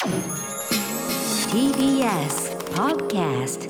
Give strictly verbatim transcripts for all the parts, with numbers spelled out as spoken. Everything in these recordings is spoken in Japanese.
ティービーエス Podcast。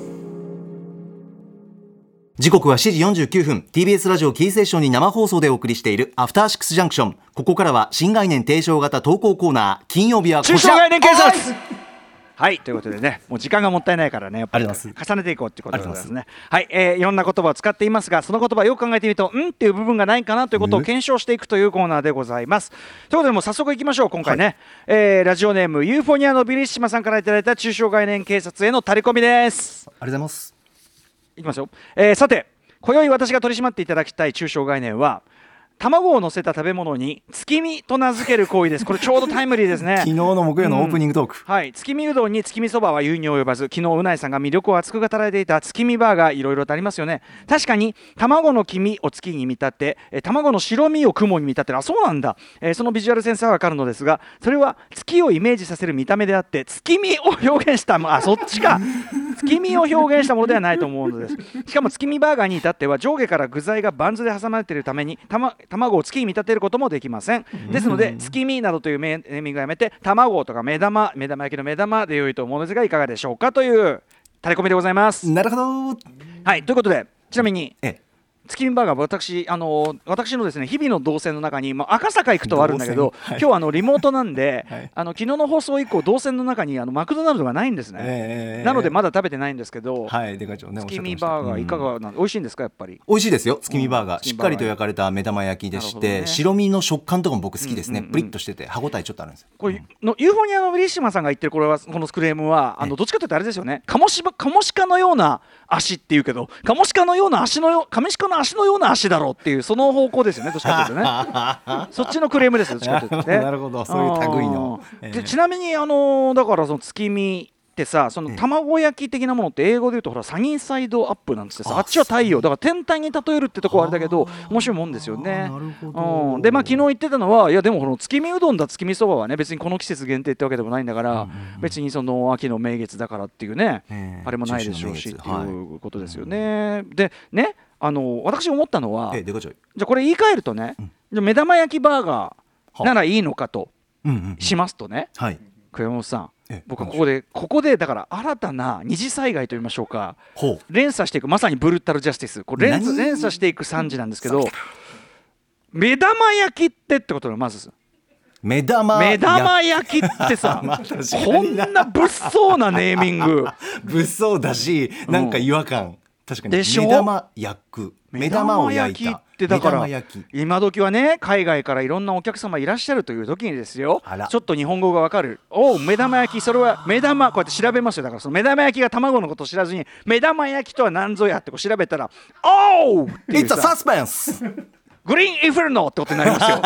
時刻はしちじよんじゅうきゅうふん。 ティービーエス ラジオキーステーションに生放送でお送りしているアフターシックスジャンクション。ここからは新概念提唱型投稿コーナー。金曜日はこちら、 中小概念警察。はい、ということでね、もう時間がもったいないからね、やっぱりありがとうございます重ねていこうっていうことですね。はい、えー、いろんな言葉を使っていますが、その言葉をよく考えてみると、んっていう部分がないかなということを検証していくというコーナーでございます。ということで、もう早速いきましょう。今回ね、はい、えー、ラジオネームユーフォニアのビリッシマさんからいただいた中小概念警察へのタレコミです。 ありがとうございます。 いきますよ。えー、さて、今宵私が取り締まっていただきたい中小概念は、卵を乗せた食べ物に月見と名付ける行為です。これちょうどタイムリーですね。 昨日の木曜のオープニングトーク、 うん、はい、月見うどんに月見そばは言うに及ばず、昨日うないさんが魅力を熱く語られていた月見バーガー、いろいろとありますよね。確かに卵の黄身を月に見立て、え卵の白身を雲に見立てる、あ、そうなんだ、えー、そのビジュアルセンスはわかるのですが、それは月をイメージさせる見た目であって、月見を表現した、あ、そっちか月見を表現したものではないと思うのです。しかも月見バーガーに至っては上下から具材がバンズで挟まれているために、た、ま、卵を月に見立てることもできません。ですので月見などというネーミングをやめて、卵とか目玉、目玉焼きの目玉で良いと思うのですが、いかがでしょうかというタレコミでございます。 なるほど。 はい、ということで、ちなみにええ月見バーガー、私あの私のですね日々の動線の中に、まあ、赤坂行くとはあるんだけど、はい、今日はあのリモートなんで、はい、あの昨日の放送以降動線の中にあのマクドナルドがないんですね、えー、なのでまだ食べてないんですけど、 はい、でかちょうね、 月見バーガーいかがな、うん、美味しいんですか？やっぱり美味しいですよ。月見バーガー、うん、しっかりと焼かれた目玉焼きでして、ね、白身の食感とかも僕好きですね、うんうんうん、プリッとしてて歯ごたえちょっとあるんですよ。 これのユーフォニアのウィリッシマさんが言ってるこれはこのクレームはあのどっちかというとあれですよね、カモシカモシカのような足っていうけど、カモシカのような足のよカモシカの足のような足だろうっていう、その方向ですよね、どっちかというとねそっちのクレームですよ、どっちかというとね。 なるほど、そういう類の、 えー、でちなみにあのー、だからその月見ってさ、その卵焼き的なものって英語で言うとほらサニーサイドアップなんですよ。あっちは太陽だから天体に例えるってとこはあれだけど面白いもんですよね。 なるほど、 うん、でまあ昨日言ってたのは、いやでもこの月見うどんだ月見そばはね別にこの季節限定ってわけでもないんだから、うんうんうん、別にその秋の名月だからっていうね、えー、あれもないでしょうしっていうことですよね、はい、でね、あの私思ったのは、えー、でかちょいじゃあこれ言い換えるとね、うん、じゃ目玉焼きバーガーならいいのかと、うんうんうん、しますとね、はい、山本さん、僕はここでここでだから新たな二次災害といいましょうか、連鎖していく、まさにブルータルジャスティス、これ 連, 連鎖していく惨事なんですけど、目玉焼きってってことのまず目玉目玉焼きってさまあこんな物騒なネーミング物騒だし、なんか違和感、うん、確かにでしょ。 目玉焼く、目玉を焼いたってだから今時はね、海外からいろんなお客様いらっしゃるという時にですよ、ちょっと日本語がわかる、おう目玉焼き、それは目玉、こうやって調べますよ。だからその目玉焼きが卵のことを知らずに目玉焼きとは何ぞやってこう調べたら、おうっていうさ It's a suspense グリーンインフェルノってことになりますよね。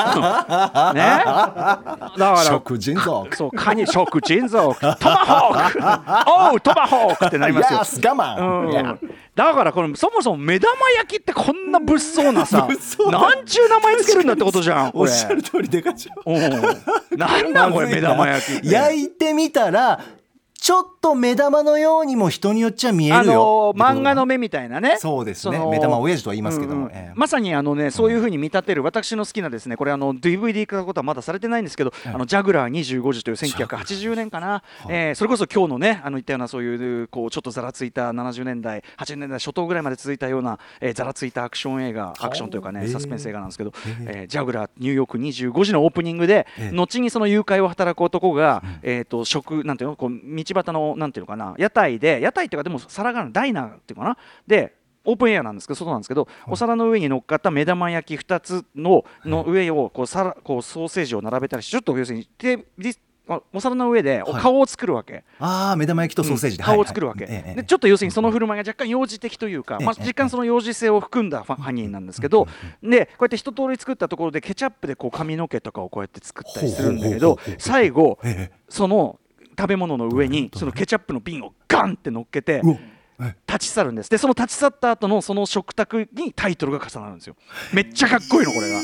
だから食人族、 そうカニ食人族トマホークおうトマホークってなりますよ。 Yes, 我慢、 うん、だからこれそもそも目玉焼きってこんな物騒なさなんちゅう名前つけるんだってことじゃん。これおっしゃる通りでかちゃうなんなんこれ目玉焼きって焼いてみたらちょっと目玉のようにも人によっちゃ見えるよ、 あのー、漫画の目みたいなね。 そうですね、目玉親父とは言いますけど、うんうんえー、 まさにあのねそういう風に見立てる私の好きなですね、これあの ディーブイディー 化のことはまだされてないんですけど、はい、あのジャグラーにじゅうごじというせんきゅうひゃくはちじゅうねんかな、はいえー、それこそ今日のねあの言ったようなそういうこうちょっとざらついたななじゅうねんだいはちじゅうねんだい初頭ぐらいまで続いたような、えー、ざらついたアクション映画、アクションというかね、えー、サスペンス映画なんですけど、えーえー、ジャグラーニューヨークにじゅうごじのオープニングで、えー、後にその誘拐を働く男が、うんえー、と食なんていうのこう道端のなんていうのかな、屋台で屋台っていうかでも皿がダイナーっていうかなでオープンエアなんですけど外なんですけど、はい、お皿の上に乗っかった目玉焼きふたつ の, の上をこうさらこうソーセージを並べたりして、ちょっと要するにでお皿の上で顔を作るわけ、はい、 あ目玉焼きとソーセージで、 うん、顔を作るわけ、はいはい、でちょっと要するにその振る舞いが若干幼児的というか、まあ、若干その幼児性を含んだ犯人なんですけど、でこうやって一通り作ったところでケチャップでこう髪の毛とかをこうやって作ったりするんだけど、最後その食べ物の上にそのケチャップの瓶をガンって乗っけて立ち去るんです。でその立ち去った後のその食卓にタイトルが重なるんですよ。めっちゃかっこいいのこれが。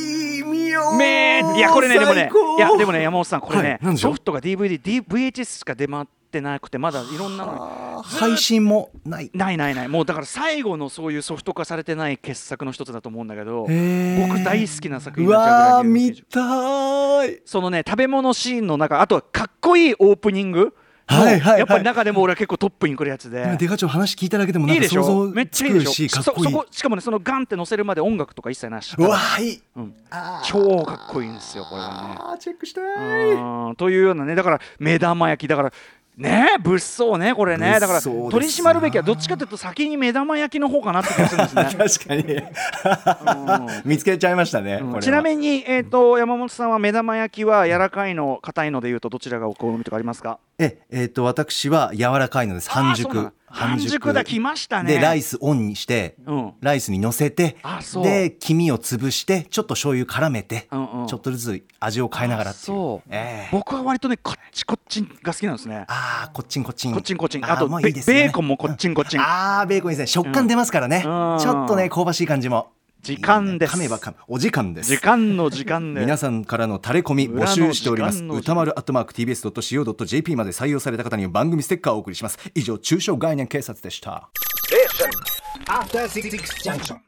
めいやこれねでもねいやでもね山本さんこれね、はい、ソフトが ディーブイディー、ディーブイエイチエス しか出回ってってなくてまだいろんなの配信もないないないないもうだから最後のそういうソフト化されてない傑作の一つだと思うんだけど、僕大好きな作品うわー見ジャグラーゲーム形状たい。 そのね食べ物シーンの中、あとはかっこいいオープニング、 はいはいはい、 やっぱり中でも俺は結構トップに来るやつで、 デカ長話聞いただけでもなんいいでしか想ょ、 像めっちゃつくいいでしょ、 しかっこいい。 そそこしかもねそのガンって乗せるまで音楽とか一切なし、 うわーいい、 うん、超かっこいいんですよこれはね。 あーチェックしたい。 うんというようなね、だから目玉焼きだからね、物騒ねこれね、だから取り締まるべきはどっちかというと先に目玉焼きの方かなって気がするんですね確かに見つけちゃいましたね、 うん、 これちなみに、えー、と山本さんは目玉焼きは柔らかいの硬いのでいうとどちらがお好みとかありますか？ え、えー、と私は柔らかいのです。半熟半熟だ、きましたね。 でライスオンにして、うん、ライスに乗せて、で黄身を潰してちょっと醤油絡めて、うんうん、ちょっとずつ味を変えながらっていう。そう、えー、 僕は割とねこっちこっちが好きなんですね。 ああこっちんこっちんこっちんこっちん、あとあいいです、ね、 ベーコンもこっちんこっちん、 ああベーコンいいですね、食感出ますからね、うん、ちょっとね香ばしい感じも。 時間です。 噛めば噛むお時間です。 時間の時間で皆さんからのタレコミ募集しております。歌丸アットマーク ティービーエスドットシーオードットジェーピー まで採用された方には番組ステッカーをお送りします。以上中小概念警察でした。